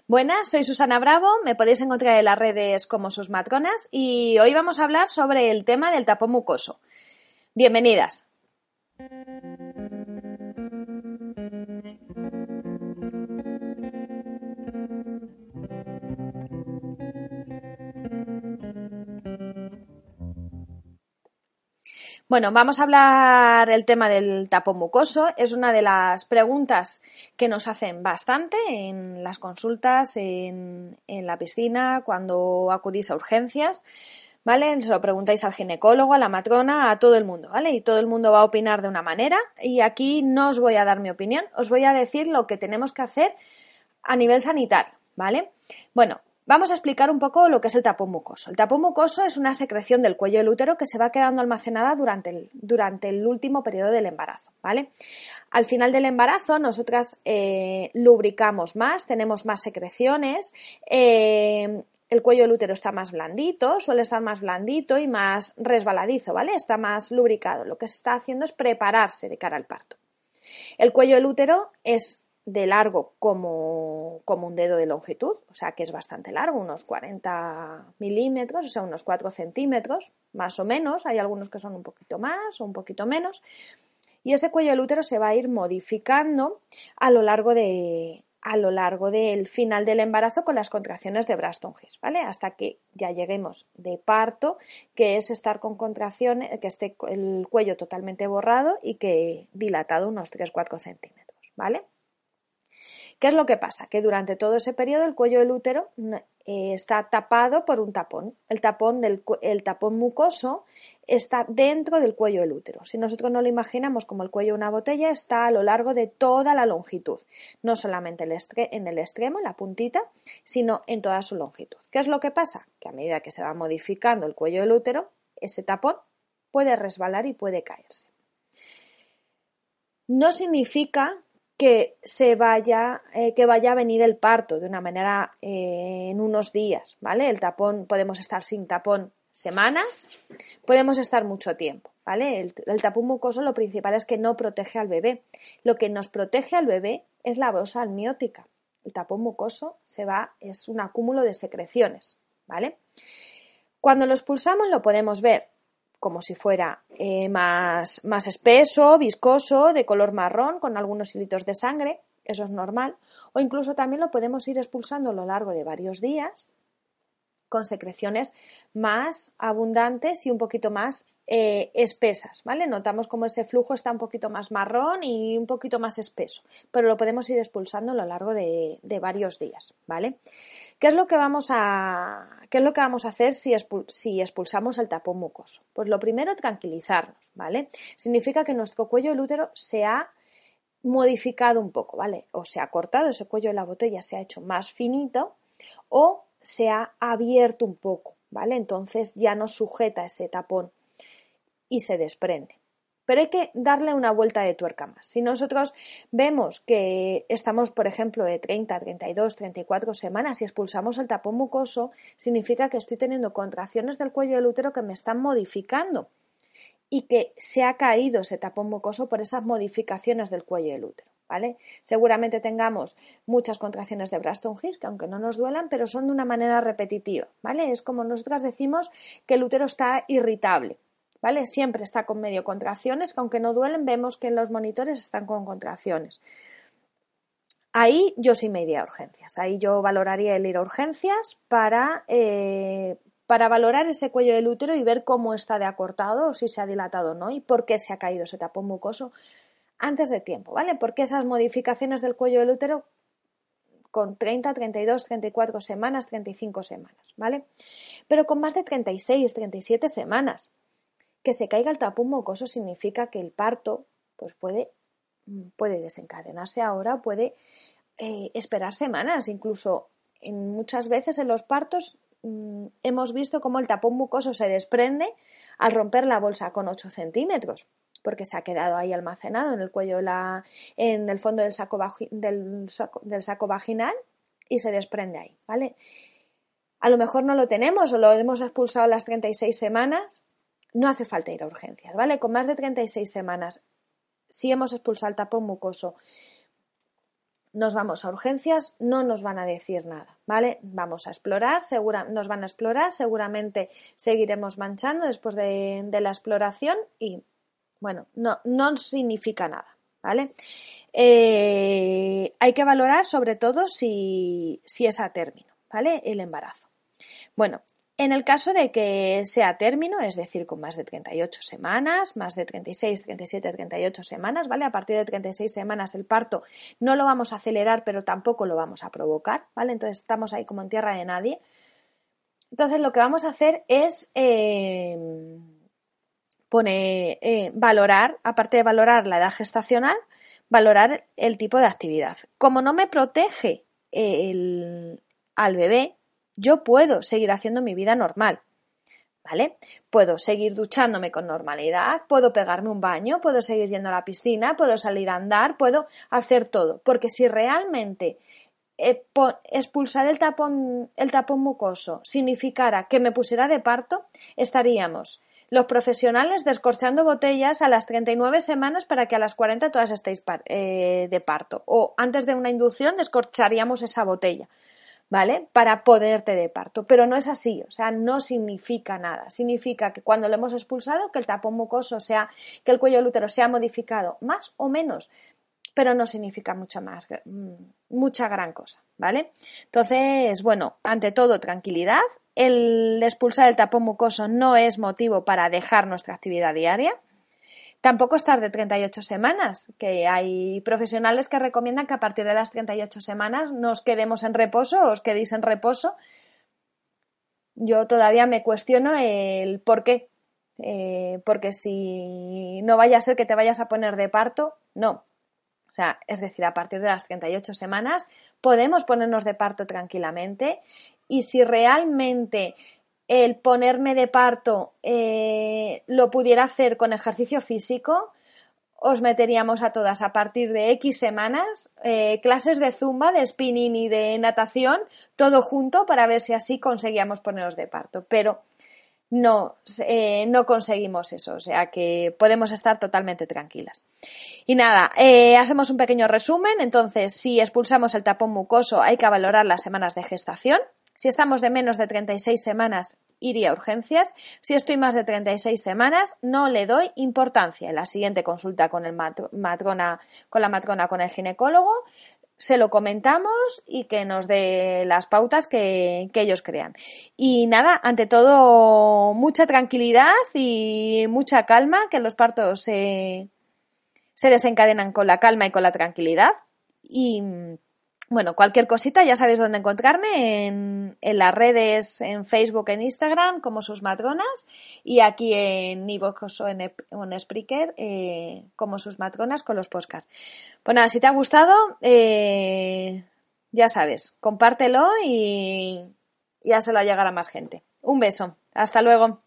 Buenas, soy Susana Bravo, me podéis encontrar en las redes como Sus Matronas y hoy vamos a hablar sobre el tema del tapón mucoso. Bienvenidas. Bueno, vamos a hablar el tema del tapón mucoso. Es una de las preguntas que nos hacen bastante en las consultas, en la piscina, cuando acudís a urgencias, ¿vale? Se lo preguntáis al ginecólogo, a la matrona, a todo el mundo, ¿vale? Y todo el mundo va a opinar de una manera y aquí no os voy a dar mi opinión, os voy a decir lo que tenemos que hacer a nivel sanitario, ¿vale? Bueno, vamos a explicar un poco lo que es el tapón mucoso. El tapón mucoso es una secreción del cuello del útero que se va quedando almacenada durante el último periodo del embarazo, ¿vale? Al final del embarazo, nosotras lubricamos más, tenemos más secreciones, el cuello del útero está más blandito, suele estar más blandito y más resbaladizo, ¿vale? Está más lubricado. Lo que se está haciendo es prepararse de cara al parto. El cuello del útero es de largo como un dedo de longitud, o sea que es bastante largo, unos 40 milímetros, o sea unos 4 centímetros, más o menos, hay algunos que son un poquito más o un poquito menos, y ese cuello del útero se va a ir modificando a lo largo del final del embarazo con las contracciones de Braxton Hicks, ¿vale? Hasta que ya lleguemos de parto, que es estar con contracciones, que esté el cuello totalmente borrado y que dilatado unos 3-4 centímetros, ¿vale? ¿Qué es lo que pasa? Que durante todo ese periodo el cuello del útero está tapado por un tapón. El tapón mucoso está dentro del cuello del útero. Si nosotros no lo imaginamos como el cuello de una botella, está a lo largo de toda la longitud. No solamente en el extremo, en la puntita, sino en toda su longitud. ¿Qué es lo que pasa? Que a medida que se va modificando el cuello del útero, ese tapón puede resbalar y puede caerse. No significa que vaya a venir el parto de una manera en unos días, ¿vale? El tapón, podemos estar sin tapón semanas, podemos estar mucho tiempo, ¿vale? El tapón mucoso lo principal es que no protege al bebé. Lo que nos protege al bebé es la bolsa amniótica. El tapón mucoso es un acúmulo de secreciones, ¿vale? Cuando lo expulsamos lo podemos ver como si fuera más espeso, viscoso, de color marrón, con algunos hilitos de sangre, eso es normal, o incluso también lo podemos ir expulsando a lo largo de varios días con secreciones más abundantes y un poquito más espesas, ¿vale? Notamos como ese flujo está un poquito más marrón y un poquito más espeso, pero lo podemos ir expulsando a lo largo de varios días, ¿vale? ¿Qué es lo que vamos a hacer si expulsamos el tapón mucoso? Pues lo primero, tranquilizarnos, ¿vale? Significa que nuestro cuello del útero se ha modificado un poco, ¿vale? O se ha cortado, ese cuello de la botella se ha hecho más finito o se ha abierto un poco, ¿vale? Entonces ya no sujeta ese tapón y se desprende. Pero hay que darle una vuelta de tuerca más. Si nosotros vemos que estamos, por ejemplo, de 30, 32, 34 semanas y expulsamos el tapón mucoso, significa que estoy teniendo contracciones del cuello del útero que me están modificando y que se ha caído ese tapón mucoso por esas modificaciones del cuello del útero, ¿vale? Seguramente tengamos muchas contracciones de Braxton Hicks, que aunque no nos duelan, pero son de una manera repetitiva, ¿vale? Es como nosotras decimos que el útero está irritable, ¿vale? Siempre está con medio contracciones, que aunque no duelen, vemos que en los monitores están con contracciones. Ahí yo sí me iría a urgencias, ahí yo valoraría el ir a urgencias para valorar ese cuello del útero y ver cómo está de acortado o si se ha dilatado o no y por qué se ha caído ese tapón mucoso antes de tiempo, ¿vale? Porque esas modificaciones del cuello del útero con 30, 32, 34 semanas, 35 semanas, ¿vale? Pero con más de 36, 37 semanas, que se caiga el tapón mucoso significa que el parto pues puede desencadenarse ahora, puede esperar semanas, incluso muchas veces en los partos hemos visto cómo el tapón mucoso se desprende al romper la bolsa con 8 centímetros, porque se ha quedado ahí almacenado en el cuello, en el fondo del saco vaginal y se desprende ahí, ¿vale? A lo mejor no lo tenemos o lo hemos expulsado a las 36 semanas, no hace falta ir a urgencias, ¿vale? Con más de 36 semanas, si hemos expulsado el tapón mucoso nos vamos a urgencias, no nos van a decir nada, ¿vale? Vamos a explorar, nos van a explorar, seguramente seguiremos manchando después de la exploración y, bueno, no significa nada, ¿vale? Hay que valorar sobre todo si es a término, ¿vale? El embarazo. Bueno, en el caso de que sea a término, es decir, con más de 38 semanas, más de 36, 37, 38 semanas, ¿vale? A partir de 36 semanas el parto no lo vamos a acelerar, pero tampoco lo vamos a provocar, ¿vale? Entonces estamos ahí como en tierra de nadie. Entonces lo que vamos a hacer es valorar, aparte de valorar la edad gestacional, valorar el tipo de actividad. Como no me protege al bebé, yo puedo seguir haciendo mi vida normal, ¿vale? Puedo seguir duchándome con normalidad, puedo pegarme un baño, puedo seguir yendo a la piscina, puedo salir a andar, puedo hacer todo, porque si realmente expulsar el tapón mucoso significara que me pusiera de parto, estaríamos los profesionales descorchando botellas a las 39 semanas para que a las 40 todas estéis de parto, o antes de una inducción descorcharíamos esa botella, ¿vale? Para ponerte de parto, pero no es así, o sea, no significa nada, significa que cuando lo hemos expulsado, que el tapón mucoso sea, que el cuello del útero sea modificado, más o menos, pero no significa mucha gran cosa, ¿vale? Entonces, bueno, ante todo, tranquilidad, el expulsar el tapón mucoso no es motivo para dejar nuestra actividad diaria. Tampoco estar de 38 semanas, que hay profesionales que recomiendan que a partir de las 38 semanas nos quedemos en reposo o os quedéis en reposo. Yo todavía me cuestiono el por qué, porque si no vaya a ser que te vayas a poner de parto, no. O sea, es decir, a partir de las 38 semanas podemos ponernos de parto tranquilamente y si realmente el ponerme de parto lo pudiera hacer con ejercicio físico, os meteríamos a todas a partir de X semanas clases de zumba, de spinning y de natación, todo junto para ver si así conseguíamos ponernos de parto. Pero no conseguimos eso, o sea que podemos estar totalmente tranquilas. Y nada, hacemos un pequeño resumen. Entonces, si expulsamos el tapón mucoso hay que valorar las semanas de gestación. Si estamos de menos de 36 semanas, iría a urgencias. Si estoy más de 36 semanas, no le doy importancia. En la siguiente consulta con la matrona, con el ginecólogo, se lo comentamos y que nos dé las pautas que ellos crean. Y nada, ante todo, mucha tranquilidad y mucha calma, que los partos se desencadenan con la calma y con la tranquilidad. Y bueno, cualquier cosita ya sabéis dónde encontrarme en las redes, en Facebook, en Instagram, como sus matronas, y aquí en iVoox o en Spreaker, como sus matronas con los podcasts. Pues nada, si te ha gustado, ya sabes, compártelo y ya se lo va a llegar a más gente. Un beso, hasta luego.